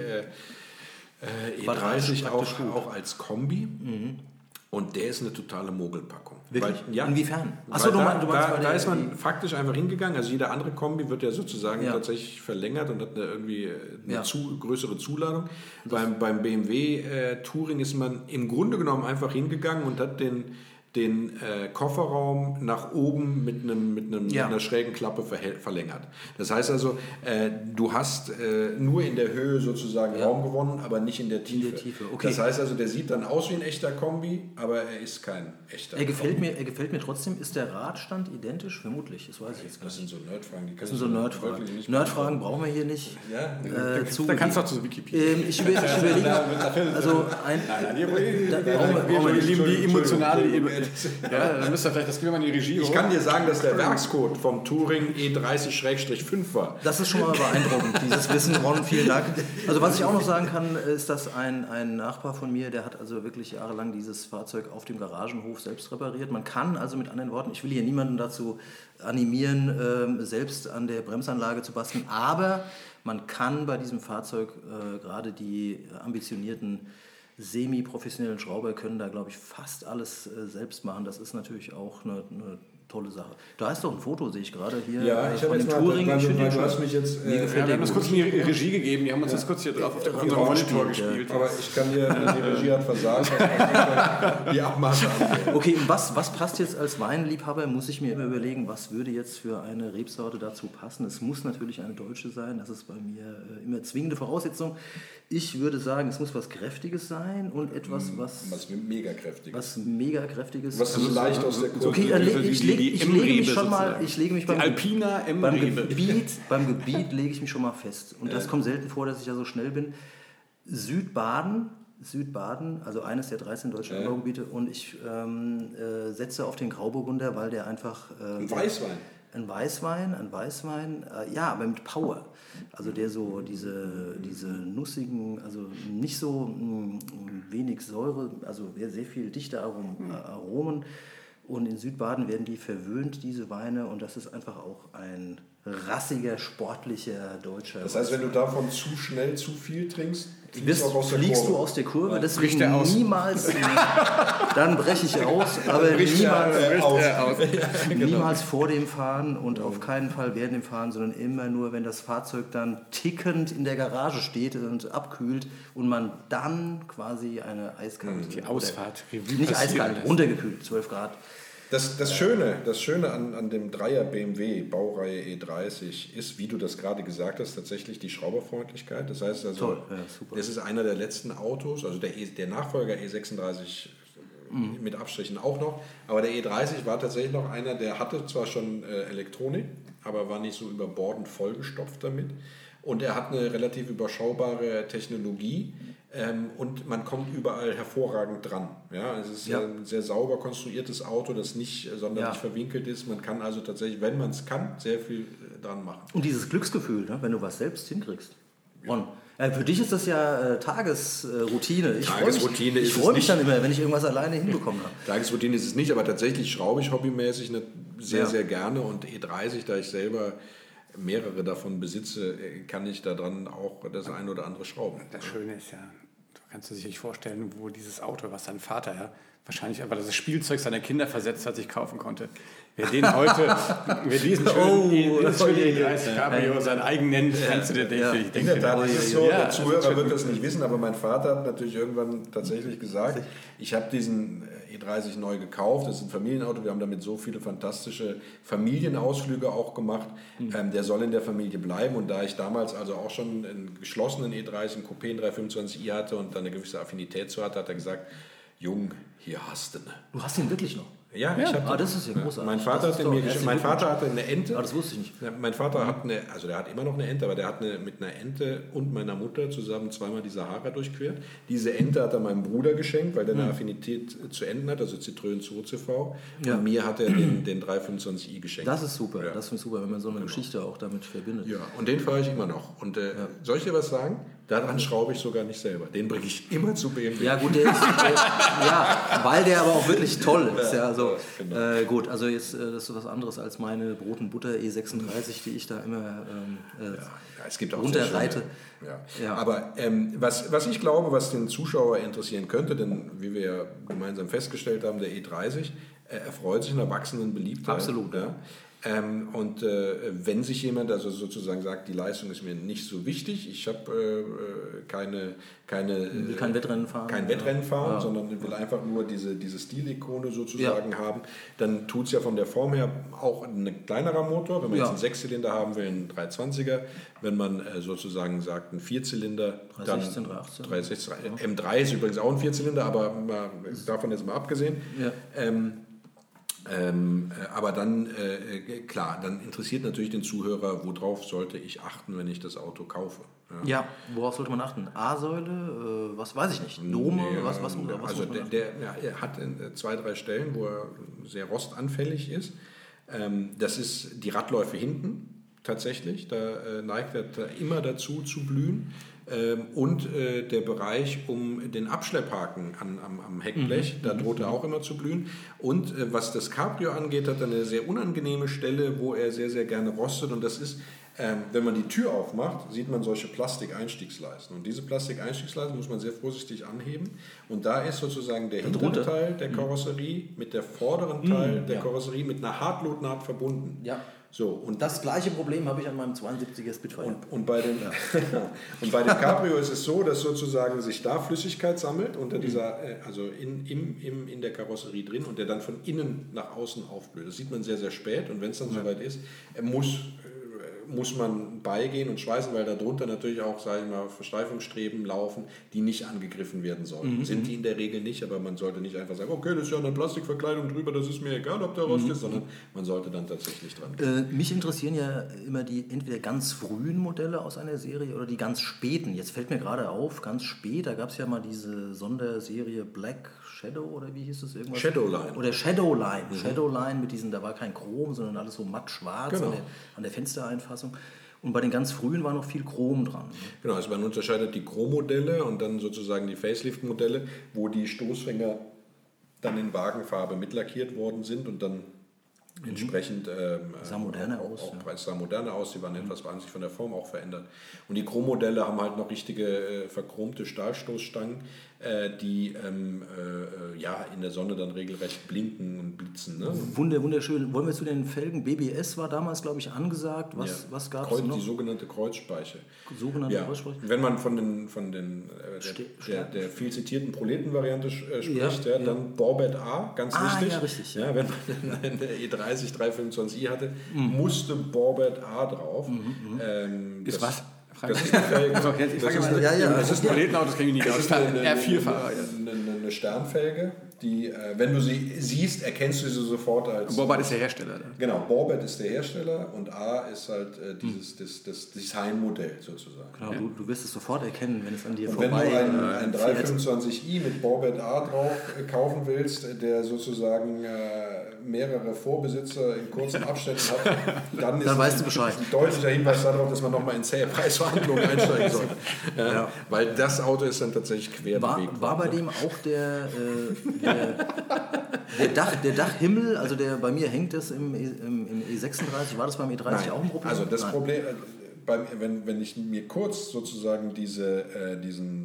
E30 auch als Kombi. Und der ist eine totale Mogelpackung. Wirklich? Ja, inwiefern? Achso, da ist man faktisch einfach hingegangen. Also jede andere Kombi wird ja sozusagen tatsächlich verlängert und hat irgendwie eine größere Zuladung. Beim BMW Touring ist man im Grunde genommen einfach hingegangen und hat den Kofferraum nach oben mit einer schrägen Klappe verlängert. Das heißt also, du hast nur in der Höhe sozusagen Raum gewonnen, aber nicht in der Tiefe. Okay. Das heißt also, der sieht dann aus wie ein echter Kombi, aber er ist kein echter Kombi. Er gefällt mir trotzdem. Ist der Radstand identisch? Vermutlich, das weiß ich jetzt gar nicht. Das sind so Nerdfragen. Das sind so Nerdfragen. Nerdfragen brauchen wir hier nicht. Ja, da kannst du auch zu Wikipedia. Ich überlege, also wir lieben die emotionale Ja, dann müsst ihr vielleicht, das gehen wir mal in die Regie. Ich kann dir sagen, dass der Werkscode vom Touring E30-5 war. Das ist schon mal beeindruckend, dieses Wissen, Ron, vielen Dank. Also was ich auch noch sagen kann, ist, dass ein Nachbar von mir, der hat also wirklich jahrelang dieses Fahrzeug auf dem Garagenhof selbst repariert. Man kann also mit anderen Worten, ich will hier niemanden dazu animieren, selbst an der Bremsanlage zu basteln, aber man kann bei diesem Fahrzeug gerade die ambitionierten semi-professionellen Schrauber können da, glaube ich, fast alles selbst machen. Das ist natürlich auch eine tolle Sache. Da ist doch ein Foto, sehe ich gerade hier. Ja, ich habe jetzt Touring. Du hast mich jetzt... wir haben das kurz in die Regie gegeben, die haben uns das kurz hier drauf auf unserem Monitor gespielt. Aber ich kann dir, die Regie hat versagt, die Abmaße annehmen. Okay, und was passt jetzt als Weinliebhaber? Muss ich mir immer überlegen, was würde jetzt für eine Rebsorte dazu passen? Es muss natürlich eine deutsche sein, das ist bei mir immer zwingende Voraussetzung. Ich würde sagen, es muss was Kräftiges sein und etwas, was mega kräftiges. Was so leicht aus der Kurve. Okay, ich lege mich beim Gebiet lege ich mich schon mal fest. Und das kommt selten vor, dass ich ja so schnell bin. Südbaden, also eines der 13 deutschen Anbaugebiete. Und ich setze auf den Grauburgunder, weil der einfach... Ein Weißwein. Ein Weißwein, aber mit Power. Also der so diese nussigen, also nicht so wenig Säure, also sehr viel dichte Aromen Und in Südbaden werden die verwöhnt, diese Weine. Und das ist einfach auch ein rassiger, sportlicher deutscher Das heißt, wenn du davon zu schnell zu viel trinkst, fliegst du aus der Kurve. Deswegen der aus. niemals, dann breche ich aus, aber niemals vor dem Fahren und auf keinen Fall während dem Fahren, sondern immer nur, wenn das Fahrzeug dann tickend in der Garage steht und abkühlt und man dann quasi eine eiskalte... Die Ausfahrt. Nicht eiskalt, runtergekühlt, 12 Grad. Das Schöne an dem Dreier BMW Baureihe E30 ist, wie du das gerade gesagt hast, tatsächlich die Schrauberfreundlichkeit. Das heißt also, Toll, ja, super. Das ist einer der letzten Autos, also der Nachfolger E36 mit Abstrichen auch noch, aber der E30 war tatsächlich noch einer, der hatte zwar schon Elektronik, aber war nicht so überbordend vollgestopft damit. Und er hat eine relativ überschaubare Technologie. Und man kommt überall hervorragend dran. Ja, es ist ein sehr sauber konstruiertes Auto, das nicht sonderlich verwinkelt ist. Man kann also tatsächlich, wenn man es kann, sehr viel dran machen. Und dieses Glücksgefühl, ne, wenn du was selbst hinkriegst. Ron, für dich ist das ja Tagesroutine. Ich freue mich dann immer, wenn ich irgendwas alleine hinbekommen habe. Tagesroutine ist es nicht, aber tatsächlich schraube ich hobbymäßig sehr, sehr gerne. Und E30, da ich selber mehrere davon besitze, kann ich daran auch das ein oder andere schrauben. Das Schöne ist ja, du kannst dir sicherlich vorstellen, wo dieses Auto, was dein Vater wahrscheinlich einfach das Spielzeug seiner Kinder versetzt hat, sich kaufen konnte. Wer diesen schönen E30 Cabrio sein eigen nennt, kannst du dir denken. In der Tat ist es so, der Zuhörer wird das nicht wissen, aber mein Vater hat natürlich irgendwann tatsächlich gesagt, ich habe diesen E30 neu gekauft, das ist ein Familienauto, wir haben damit so viele fantastische Familienausflüge auch gemacht, der soll in der Familie bleiben und da ich damals also auch schon einen geschlossenen E30, einen Coupé 325i hatte und dann eine gewisse Affinität zu hatte, hat er gesagt, Jung, hier hast du ne. Du hast ihn wirklich noch? Ja, ich habe das ist ja großartig. Mein Vater hat den mir geschenkt. Mein Vater hatte eine Ente. Das wusste ich nicht. Mein Vater hat der hat immer noch eine Ente, aber der hat mit einer Ente und meiner Mutter zusammen zweimal die Sahara durchquert. Diese Ente hat er meinem Bruder geschenkt, weil der eine Affinität zu Enten hat, also Citroën 2CV. Ja. Und mir hat er den 325i geschenkt. Das ist super, das finde ich super, wenn man so eine Geschichte auch damit verbindet. Ja, und den fahre ich immer noch. Und soll ich dir was sagen? Daran schraube ich sogar nicht selber. Den bringe ich immer zu BMW. Ja gut, der ist, weil der aber auch wirklich toll ist. Ja, also, genau. Gut, also jetzt das ist was anderes als meine Brot- und Butter E36, die ich da immer es gibt auch runterreite. Ja. Aber was ich glaube, was den Zuschauer interessieren könnte, denn wie wir ja gemeinsam festgestellt haben, der E30 erfreut sich einer wachsenden Beliebtheit. Absolut, ja. Und wenn sich jemand also sozusagen sagt, die Leistung ist mir nicht so wichtig, ich habe kein Wettrennen fahren, sondern will einfach nur diese Stilikone sozusagen haben, dann tut es ja von der Form her auch ein kleinerer Motor, wenn man jetzt einen 6-Zylinder haben will, einen 320er, wenn man sozusagen sagt, einen 4-Zylinder, 316, 318. M3 ist übrigens auch ein 4-Zylinder, aber davon jetzt mal abgesehen. Ja. Aber dann, klar, dann interessiert natürlich den Zuhörer, worauf sollte ich achten, wenn ich das Auto kaufe. Ja, worauf sollte man achten? A-Säule, was weiß ich nicht, Dome, was also muss man er hat 2-3 Stellen, wo er sehr rostanfällig ist. Das ist die Radläufe hinten tatsächlich, da neigt er immer dazu zu blühen. Und der Bereich um den Abschlepphaken am Heckblech, da droht er auch immer zu blühen. Und was das Cabrio angeht, hat er eine sehr unangenehme Stelle, wo er sehr, sehr gerne rostet. Und das ist, wenn man die Tür aufmacht, sieht man solche Plastikeinstiegsleisten. Und diese Plastikeinstiegsleisten muss man sehr vorsichtig anheben. Und da ist sozusagen der hintere Teil der Karosserie mit der vorderen Teil der Karosserie mit einer Hartlotnaht verbunden. Ja. So, und das gleiche Problem habe ich an meinem 72er Spitfire. Und bei dem Cabrio ist es so, dass sozusagen sich da Flüssigkeit sammelt unter dieser, also in der Karosserie drin und der dann von innen nach außen aufblüht. Das sieht man sehr, sehr spät und wenn es dann soweit ist, muss man beigehen und schweißen, weil darunter natürlich auch, sage ich mal, Versteifungsstreben laufen, die nicht angegriffen werden sollen. Sind die in der Regel nicht, aber man sollte nicht einfach sagen, okay, das ist ja eine Plastikverkleidung drüber, das ist mir egal, ob der Rost ist, sondern man sollte dann tatsächlich dran gehen. Mich interessieren ja immer die entweder ganz frühen Modelle aus einer Serie oder die ganz späten. Jetzt fällt mir gerade auf, ganz spät, da gab es ja mal diese Sonderserie Black Shadow oder wie hieß es irgendwas? Shadowline. Oder Shadowline. Shadowline mit diesen, da war kein Chrom, sondern alles so matt schwarz an der Fenstereinfassung. Und bei den ganz frühen war noch viel Chrom dran. Genau, also man unterscheidet die Chrom-Modelle und dann sozusagen die Facelift-Modelle, wo die Stoßfänger dann in Wagenfarbe mitlackiert worden sind und dann entsprechend sah moderner aus. Sah moderner aus, die waren etwas wahnsinnig von der Form auch verändert. Und die Chrommodelle haben halt noch richtige verchromte Stahlstoßstangen, die in der Sonne dann regelrecht blinken und blitzen. Ne? Wunderschön. Wollen wir zu den Felgen? BBS war damals, glaube ich, angesagt. Was gab es noch? Die sogenannte Kreuzspeiche. Kreuzspeiche? Wenn man von der viel zitierten Proletenvariante spricht, dann Borbet A, ganz wichtig. Ja, richtig. Ja, wenn man eine E30 325i hatte, musste Borbet A drauf. Ist was? Das ist eine Felge. Das ist ein Proletenauto, das kenne ich nicht aus. R4-Fahrer. Eine Sternfelge, die, wenn du sie siehst, erkennst du sie sofort als... Borbet ist der Hersteller. Dann. Genau, Borbet ist der Hersteller und A ist halt das Designmodell sozusagen. Genau, du wirst es sofort erkennen, wenn es an dir und vorbei wenn du ein 325i mit Borbet A drauf kaufen willst, der sozusagen mehrere Vorbesitzer in kurzen Abständen hat, dann weißt du Bescheid. Ein deutlicher Hinweis darauf, dass man nochmal in zähe Preisverhandlungen einsteigen soll. Weil das Auto ist dann tatsächlich quer bewegt. War bei dem auch der Dachhimmel, also der bei mir hängt es im E36, war das beim E30 Nein. auch ein Problem? Also das Problem, wenn ich mir kurz sozusagen diesen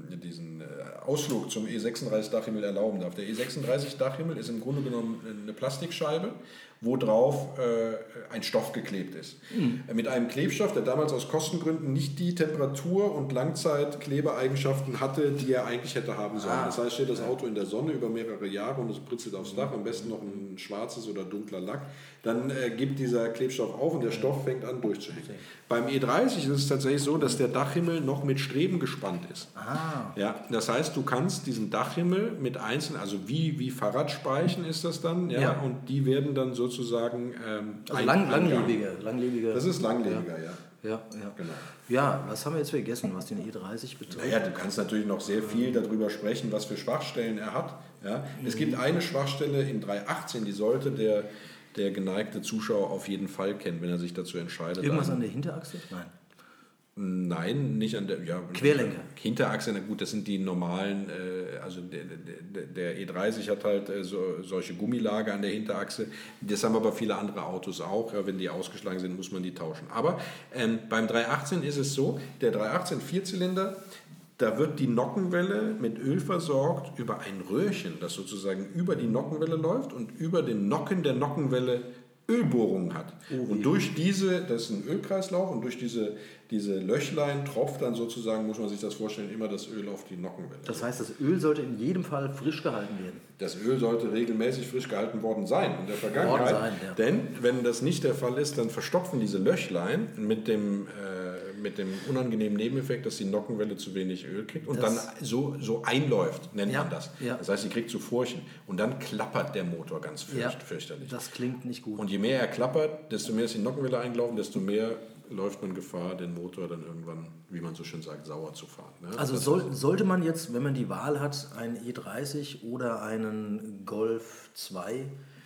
Ausflug zum E36 Dachhimmel erlauben darf. Der E36 Dachhimmel ist im Grunde genommen eine Plastikscheibe, wo drauf ein Stoff geklebt ist. Mit einem Klebstoff, der damals aus Kostengründen nicht die Temperatur- und Langzeitklebereigenschaften hatte, die er eigentlich hätte haben sollen. Das heißt, steht das Auto in der Sonne über mehrere Jahre und es britzelt aufs Dach, am besten noch ein schwarzes oder dunkler Lack, dann gibt dieser Klebstoff auf und der Stoff fängt an durchzuhängen. Beim E30 ist es tatsächlich so, dass der Dachhimmel noch mit Streben gespannt ist. Ja, das heißt, du kannst diesen Dachhimmel mit einzelnen, also wie Fahrradspeichen ist das dann, und die werden dann sozusagen langlebiger. Das ist langlebiger, Ja. Genau. Ja, was haben wir jetzt vergessen, was den E30 betrifft? Naja, du kannst natürlich noch sehr viel darüber sprechen, was für Schwachstellen er hat. Ja? Es gibt eine Schwachstelle in 318, die sollte der geneigte Zuschauer auf jeden Fall kennen, wenn er sich dazu entscheidet. Irgendwas an der Hinterachse? Nein, nicht an der... Ja, Querlenker. Hinterachse, na gut, das sind die normalen... Also der E30 hat halt solche Gummilager an der Hinterachse. Das haben aber viele andere Autos auch. Ja, wenn die ausgeschlagen sind, muss man die tauschen. Aber beim 318 ist es so, der 318 Vierzylinder... Da wird die Nockenwelle mit Öl versorgt über ein Röhrchen, das sozusagen über die Nockenwelle läuft und über den Nocken der Nockenwelle Ölbohrungen hat. Und durch diese, das ist ein Ölkreislauf, und durch diese Löchlein tropft dann sozusagen, muss man sich das vorstellen, immer das Öl auf die Nockenwelle. Das heißt, das Öl sollte in jedem Fall frisch gehalten werden. Das Öl sollte regelmäßig frisch gehalten worden sein in der Vergangenheit. Denn wenn das nicht der Fall ist, dann verstopfen diese Löchlein mit dem unangenehmen Nebeneffekt, dass die Nockenwelle zu wenig Öl kriegt und dann so einläuft, nennt man das. Ja. Das heißt, sie kriegt so Furchen und dann klappert der Motor ganz fürchterlich. Das klingt nicht gut. Und je mehr er klappert, desto mehr ist die Nockenwelle eingelaufen, desto mehr läuft man Gefahr, den Motor dann irgendwann, wie man so schön sagt, sauer zu fahren. Ne? Also sollte man jetzt, wenn man die Wahl hat, einen E30 oder einen Golf 2,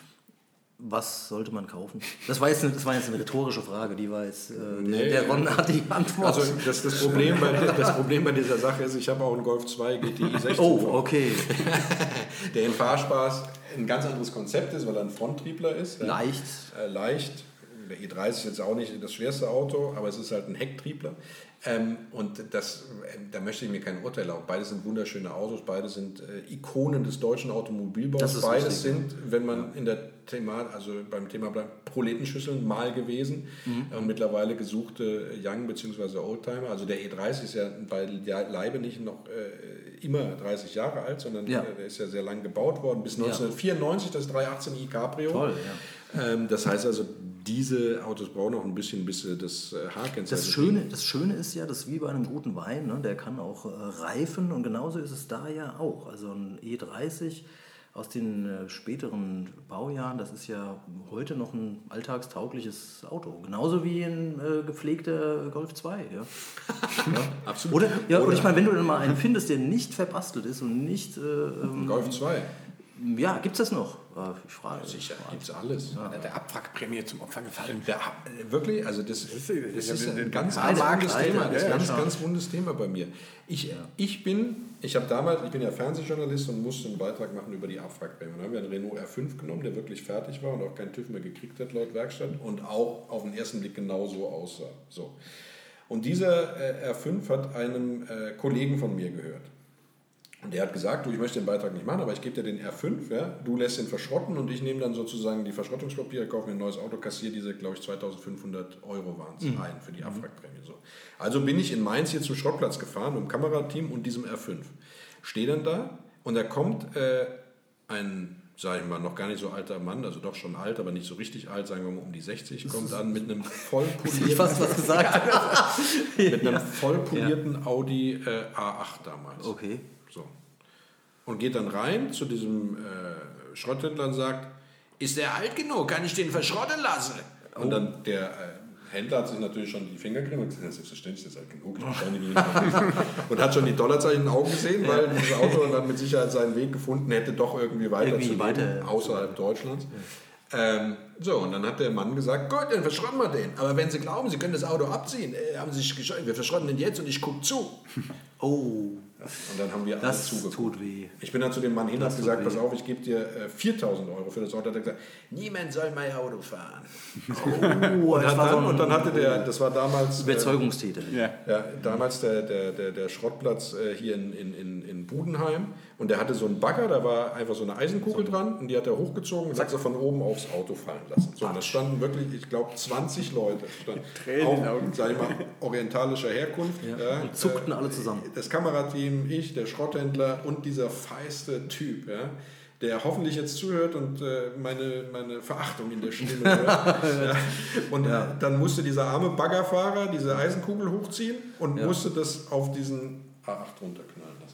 was sollte man kaufen? Das war jetzt eine rhetorische Frage, die war jetzt, der Ron hat die Antwort. Also das Problem bei dieser Sache ist, ich habe auch einen Golf 2 GTI 16. Oh, okay. Der in Fahrspaß ein ganz anderes Konzept ist, weil er ein Fronttriebler ist. Leicht. Leicht. Der E30 ist jetzt auch nicht das schwerste Auto, aber es ist halt ein Hecktriebler. Und da möchte ich mir kein Urteil erlauben. Beide sind wunderschöne Autos, beide sind Ikonen des deutschen Automobilbaus. Beides sind, wenn man beim Thema bleibt, Proletenschüsseln mal gewesen und mittlerweile gesuchte Young- bzw. Oldtimer. Also der E30 ist ja bei Leibe nicht noch immer 30 Jahre alt, sondern der ist ja sehr lang gebaut worden. Bis 1994 das 318i Cabrio. Toll, Das heißt also, diese Autos brauchen noch ein bisschen, bis das H-Kennzeichen. Das Schöne ist ja, dass wie bei einem guten Wein, ne, der kann auch reifen und genauso ist es da ja auch. Also ein E30 aus den späteren Baujahren, das ist ja heute noch ein alltagstaugliches Auto. Genauso wie ein gepflegter Golf 2. Ja. Absolut. Oder ich meine, wenn du dann mal einen findest, der nicht verbastelt ist und nicht... Golf 2. Ja, gibt es das noch? Ich frage. Sicher, gibt es alles. Ja. Der Abwrackprämie zum Opfer gefallen. Wirklich, also das ist ein ganz wundes Thema. Das ist ja, ganz wundes Thema bei mir. Ich bin ja Fernsehjournalist und musste einen Beitrag machen über die Abwrackprämie. Dann haben wir einen Renault R5 genommen, der wirklich fertig war und auch keinen TÜV mehr gekriegt hat laut Werkstatt und auch auf den ersten Blick genauso aussah. So. Und dieser R5 hat einem Kollegen von mir gehört. Und der hat gesagt, du, ich möchte den Beitrag nicht machen, aber ich gebe dir den R5, ja, du lässt ihn verschrotten und ich nehme dann sozusagen die Verschrottungspapiere, kaufe mir ein neues Auto, kassiere diese, glaube ich, 2.500 € waren es ein für die Abwrackprämie. So. Also bin ich in Mainz hier zum Schrottplatz gefahren mit dem Kamerateam und diesem R5. Stehe dann da und da kommt ein, sage ich mal, noch gar nicht so alter Mann, also doch schon alt, aber nicht so richtig alt, sagen wir mal um die 60, kommt an mit einem vollpolierten, fast was gesagt. mit einem vollpolierten Audi A8 damals. Okay. So. Und geht dann rein zu diesem Schrotthändler und sagt, ist der alt genug, kann ich den verschrotten lassen? Und dann der Händler hat sich natürlich schon die Finger gerieben und gesagt, selbstverständlich ist der alt genug, ich bescheinige ihn. Und hat schon die Dollarzeichen in den Augen gesehen, weil dieses Auto dann mit Sicherheit seinen Weg gefunden hätte, doch irgendwie weiter zu leben, außerhalb Deutschlands. So, und dann hat der Mann gesagt, gut, dann verschrotten wir den. Aber wenn Sie glauben, Sie können das Auto abziehen, haben Sie sich gescheut, wir verschrotten den jetzt und ich gucke zu. Oh. Und dann haben wir alle zugeguckt. Tut weh. Ich bin dann zu dem Mann hin und habe gesagt, pass auf, ich gebe dir 4.000 € für das Auto. Hat er gesagt, niemand soll mein Auto fahren. Oh, und dann hatte der, das war damals... Überzeugungstäter. Damals der Schrottplatz hier in Budenheim. Und der hatte so einen Bagger, da war einfach so eine Eisenkugel dran und die hat er hochgezogen und hat sie von oben aufs Auto fallen lassen. So, und da standen wirklich, ich glaube, 20 Leute. Auch, sag ich mal, orientalischer Herkunft. Ja. Und zuckten alle zusammen. Das Kamerateam, ich, der Schrotthändler und dieser feiste Typ, ja, der hoffentlich jetzt zuhört und meine Verachtung in der Stimme hört. Ja. Und dann musste dieser arme Baggerfahrer diese Eisenkugel hochziehen und musste das auf diesen A8 runterknallen lassen.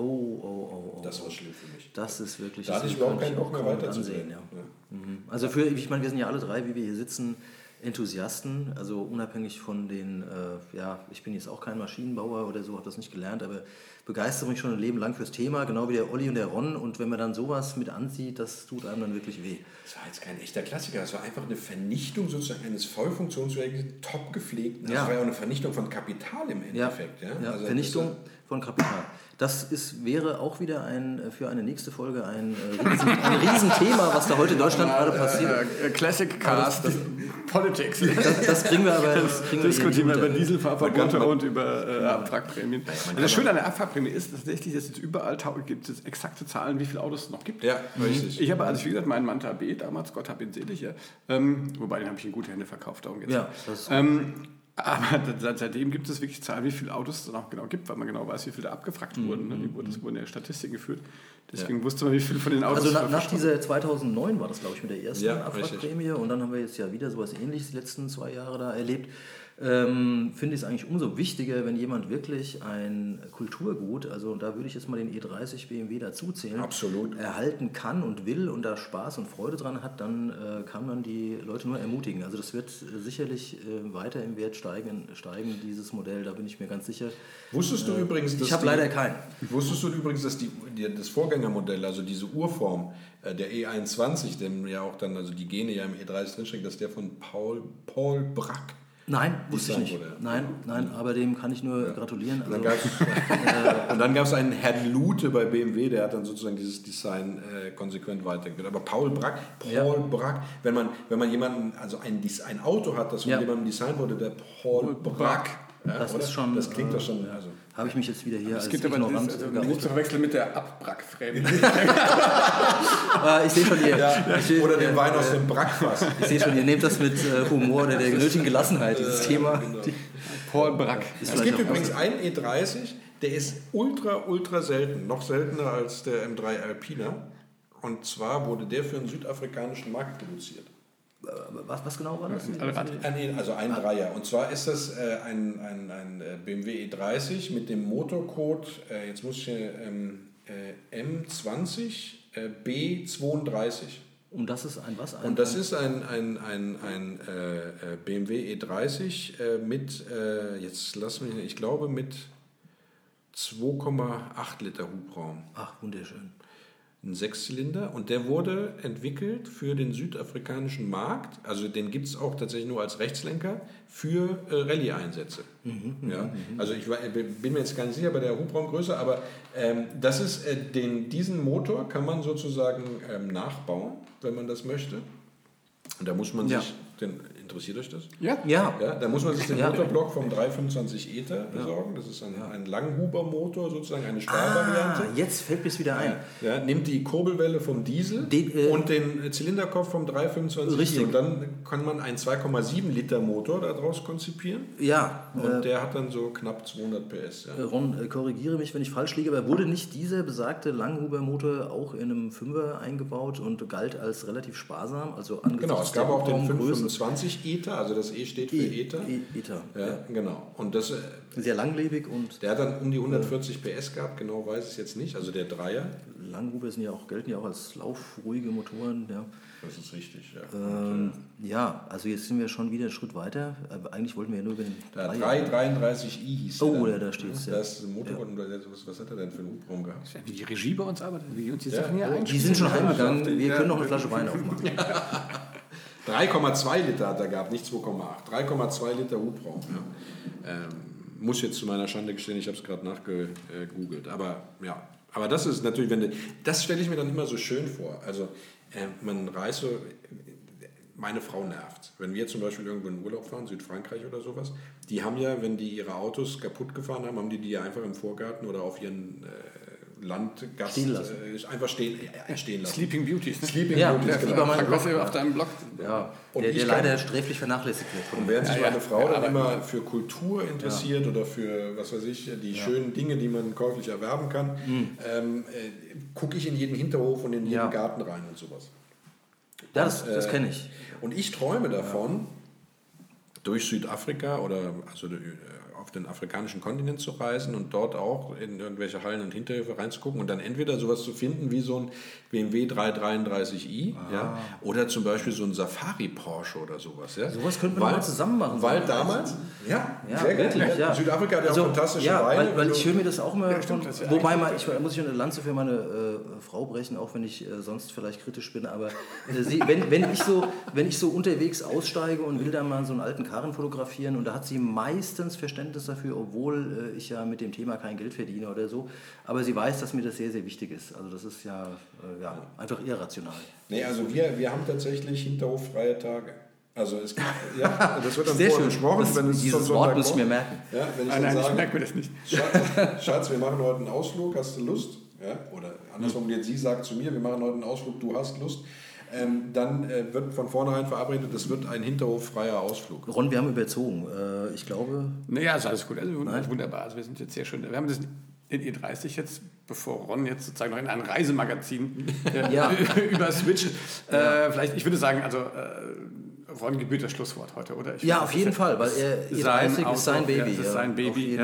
Oh. Das war schlimm für mich. Das ist wirklich... Da hatte ich überhaupt keinen Bock mehr weiterzusehen. Ja. Also ich meine, wir sind ja alle drei, wie wir hier sitzen, Enthusiasten, also unabhängig von den, ich bin jetzt auch kein Maschinenbauer oder so, habe das nicht gelernt, aber begeistere mich schon ein Leben lang fürs Thema, genau wie der Olli und der Ron, und wenn man dann sowas mit anzieht, das tut einem dann wirklich weh. Das war jetzt kein echter Klassiker, das war einfach eine Vernichtung sozusagen eines voll funktionsfähigen, top gepflegten, das war ja auch eine Vernichtung von Kapital im Endeffekt. Ja? Also Vernichtung von Kapital. Das wäre auch wieder für eine nächste Folge ein Riesenthema, was da heute in Deutschland gerade passiert. Classic Cast, Politics. Das kriegen wir aber. Diskutieren wir über Dieselfahrverbote und über Abwrackprämien. Das Schöne an der Abwrackprämie ist tatsächlich, dass es überall gibt es exakte Zahlen, wie viele Autos es noch gibt. Ja, richtig. Ich habe, wie gesagt, meinen Manta B damals, Gott hab ihn selig, wobei den habe ich in gute Hände verkauft, darum geht's. Ja, das aber seitdem gibt es wirklich Zahlen, wie viele Autos es noch genau gibt, weil man genau weiß, wie viele da abgefragt wurden. Das wurden ja Statistiken geführt. Deswegen wusste man, wie viele von den Autos... Also nach dieser 2009 war das, glaube ich, mit der ersten Abwrackprämie. Und dann haben wir jetzt ja wieder sowas Ähnliches die letzten 2 Jahre da erlebt. Finde ich es eigentlich umso wichtiger, wenn jemand wirklich ein Kulturgut, also da würde ich jetzt mal den E30 BMW dazuzählen, absolut, erhalten kann und will und da Spaß und Freude dran hat, dann kann man die Leute nur ermutigen. Also das wird sicherlich weiter im Wert steigen, dieses Modell, da bin ich mir ganz sicher. Wusstest du übrigens, dass ich habe leider keinen. Wusstest du übrigens, dass das Vorgängermodell, also diese Urform, der E21, dem ja auch dann, also die Gene ja im E30 drinstecken, dass der von Paul Bracq. Nein, wusste ich nicht. Nein, aber dem kann ich nur gratulieren. Also, und dann gab es einen Herrn Lute bei BMW, der hat dann sozusagen dieses Design konsequent weitergeführt. Aber Paul Bracq, wenn man jemanden, also ein Auto hat, das von jemandem designt wurde, der Paul Bracq. Ja, das ist schon, das klingt doch schon. Also. Habe ich mich jetzt wieder hier als ignorant nicht zu verwechseln mit der Abwrackprämie. Ich sehe schon hier. Oder den Wein aus dem Brackfass. Ich sehe schon, ihr nehmt das mit Humor oder der nötigen Gelassenheit, dieses Thema. Genau. Paul Bracq. Es gibt übrigens einen E30, der ist ultra selten, noch seltener als der M3 Alpina. Und zwar wurde der für einen südafrikanischen Markt produziert. Was genau war das? Also ein Dreier. Und zwar ist das ein BMW E30 mit dem Motorcode, jetzt muss ich M20 B32. Und das ist ein was? Und das ist ein BMW E30 mit, jetzt lass mich, ich glaube mit 2,8 Liter Hubraum. Ach, wunderschön. ein Sechszylinder, und der wurde entwickelt für den südafrikanischen Markt. Also den gibt es auch tatsächlich nur als Rechtslenker für Rallye-Einsätze. Ja? Also ich bin mir jetzt gar nicht sicher bei der Hubraumgröße, aber das ist, diesen Motor kann man sozusagen nachbauen, wenn man das möchte. Und da muss man sich, interessiert euch das? Ja. Da muss man sich den Motorblock vom 325 ETA besorgen. Das ist ein Langhuber-Motor, sozusagen eine Stahlvariante. Jetzt fällt mir's wieder ein. Ja, nimmt die Kurbelwelle vom Diesel und den Zylinderkopf vom 325 Richtig. und dann kann man einen 2,7 Liter Motor daraus konzipieren. Ja. Und der hat dann so knapp 200 PS. Ja. Ron, korrigiere mich, wenn ich falsch liege, aber wurde nicht dieser besagte Langhuber-Motor auch in einem 5er eingebaut und galt als relativ sparsam? Also Genau, es gab auch den Hubraumgröße. 525 ETA, also das E steht für ETA. ETA. Ja, genau. Und das, Sehr langlebig und der hat dann um die 140 PS gehabt, genau weiß ich es jetzt nicht, also der Dreier. Langhuber gelten ja auch als laufruhige Motoren. Ja. Das ist richtig, ja. Ja, also jetzt sind wir schon wieder einen Schritt weiter. Aber eigentlich wollten wir ja nur über den 333i hieß Oh, der. da steht es. Ja. Das ist ein Motorrad, und was hat er denn für einen Hubraum gehabt? Wie die Regie bei uns arbeitet, wie uns die Sachen hier Die sind schon heimgegangen. Wir können noch eine Flasche Wein aufmachen. 3,2 Liter hat er gehabt, nicht 2,8. 3,2 Liter Hubraum. Ja. Muss jetzt zu meiner Schande gestehen, ich habe es gerade nachgegoogelt. Aber das ist natürlich, das stelle ich mir dann immer so schön vor. Also man reist so, meine Frau nervt. Wenn wir zum Beispiel irgendwo in Urlaub fahren, Südfrankreich oder sowas, die haben ja, wenn die ihre Autos kaputt gefahren haben die ja einfach im Vorgarten oder auf ihren Landgast einfach stehen lassen. Sleeping Beauties. Beauties, genau. Was auf deinem Blog. Ja, der leider sträflich vernachlässigt wird. Und während sich meine Frau dann immer für Kultur interessiert oder für, was weiß ich, die schönen Dinge, die man käuflich erwerben kann, gucke ich in jeden Hinterhof und in jeden Garten rein und sowas. Ja, das kenne ich. Und ich träume davon, durch Südafrika oder also auf den afrikanischen Kontinent zu reisen und dort auch in irgendwelche Hallen und Hinterhöfe reinzugucken und dann entweder sowas zu finden wie so ein BMW 333i oder zum Beispiel so ein Safari Porsche oder sowas. Ja? Sowas könnte man mal zusammen machen. Weil damals, sehr wirklich, gerne. Südafrika hat ja auch fantastische Weine. Weil ich höre mir das auch mal wobei muss ich eine Lanze für meine Frau brechen, auch wenn ich sonst vielleicht kritisch bin, aber wenn ich so unterwegs aussteige und will da mal so einen alten Karren fotografieren und da hat sie meistens Verständnis dafür, obwohl ich ja mit dem Thema kein Geld verdiene oder so. Aber sie weiß, dass mir das sehr, sehr wichtig ist. Also das ist einfach irrational. Nee, also wir haben tatsächlich hinterhoffreie Tage. Also es gibt, das wird dann sehr vorher schön. besprochen. Dieses Wort muss ich mir merken. Ja, wenn ich Nein, sage, ich merke mir das nicht. Schatz, wir machen heute einen Ausflug, hast du Lust? Ja? Oder andersrum, sie sagt zu mir, wir machen heute einen Ausflug, du hast Lust. Dann wird von vornherein verabredet, das wird ein hinterhoffreier Ausflug. Ron, wir haben überzogen. Ich glaube... Naja, ist alles gut. Also wunderbar. Also wir sind jetzt sehr schön. Wir haben das in E30 jetzt, bevor Ron jetzt sozusagen noch in ein Reisemagazin überswitcht. Vielleicht, ich würde sagen, also Ron gebührt das Schlusswort heute, oder? Auf jeden Fall, weil E30 ist sein Baby. Das ist sein Baby.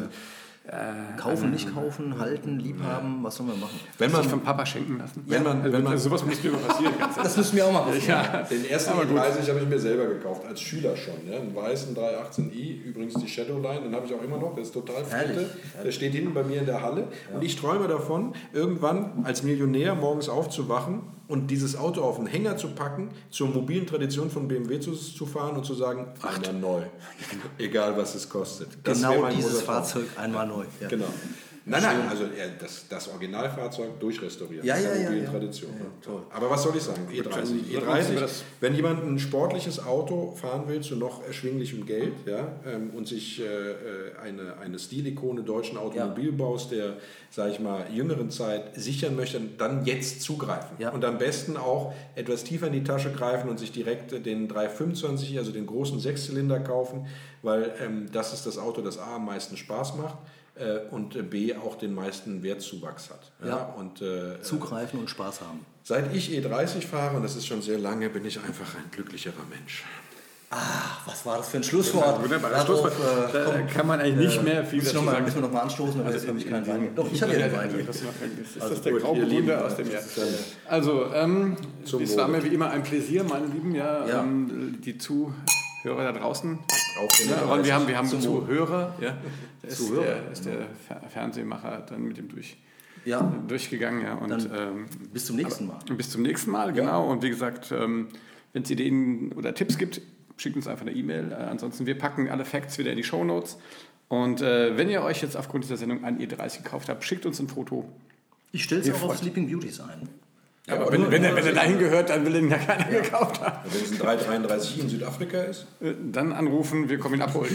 Kaufen, nicht kaufen, halten, liebhaben, was soll man machen? Wenn man sich vom Papa schenken lassen. Wenn man sowas muss mir immer passieren. Das müssen wir auch machen. Den ersten E30 habe ich mir selber gekauft, als Schüler schon. Ja? Einen weißen 318i, übrigens die Shadowline, den habe ich auch immer noch, der ist total fette. Der steht hinten bei mir in der Halle. Und ich träume davon, irgendwann als Millionär morgens aufzuwachen und dieses Auto auf den Hänger zu packen, zur mobilen Tradition von BMW zu fahren und zu sagen, einmal neu, egal was es kostet. Das genau dieses Fahrzeug einmal neu. Ja. Genau. Nein, also das Originalfahrzeug durchrestaurieren. Ja. Tradition. Ja, toll. Aber was soll ich sagen? E30. Wenn jemand ein sportliches Auto fahren will zu noch erschwinglichem Geld und sich eine Stilikone deutschen Automobilbaus der, sage ich mal, jüngeren Zeit sichern möchte, dann jetzt zugreifen. Ja. Und am besten auch etwas tiefer in die Tasche greifen und sich direkt den 325, also den großen Sechszylinder kaufen, weil das ist das Auto, das A am meisten Spaß macht. Und B auch den meisten Wertzuwachs hat. Und, zugreifen und Spaß haben. Seit ich E30 fahre, und das ist schon sehr lange, bin ich einfach ein glücklicherer Mensch. Was war das für ein Schlusswort? Wunderbar, Schlusswort. Da kann man eigentlich nicht mehr viel dazu sagen. Müssen wir noch mal anstoßen, aber jetzt habe ich keinen Wein. Doch, ich habe ja den Wein. Das ist der Grauburgunder aus dem Jahr. Also, es war mir wie immer ein Pläsier, meine Lieben, die Zuhörer da draußen. Wir haben Zuhörer. Ja. Das ist der Fernsehmacher dann mit dem durchgegangen. Ja. Und, bis zum nächsten Mal. Bis zum nächsten Mal, genau. Und wie gesagt, wenn es Ideen oder Tipps gibt, schickt uns einfach eine E-Mail. Ansonsten, wir packen alle Facts wieder in die Shownotes. Und wenn ihr euch jetzt aufgrund dieser Sendung einen E30 gekauft habt, schickt uns ein Foto. Ich stelle es auch auf Sleeping Beauties ein. Ja, aber wenn er dahin gehört, dann will ihn ja keiner gekauft haben. Wenn es ein 333 in Südafrika ist? Dann anrufen, wir kommen ihn abholen.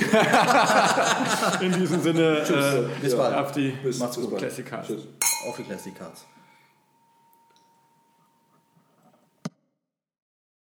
In diesem Sinne, Bis bald. auf die Macht's gut. Classic Cards. Auf die Classic Cards.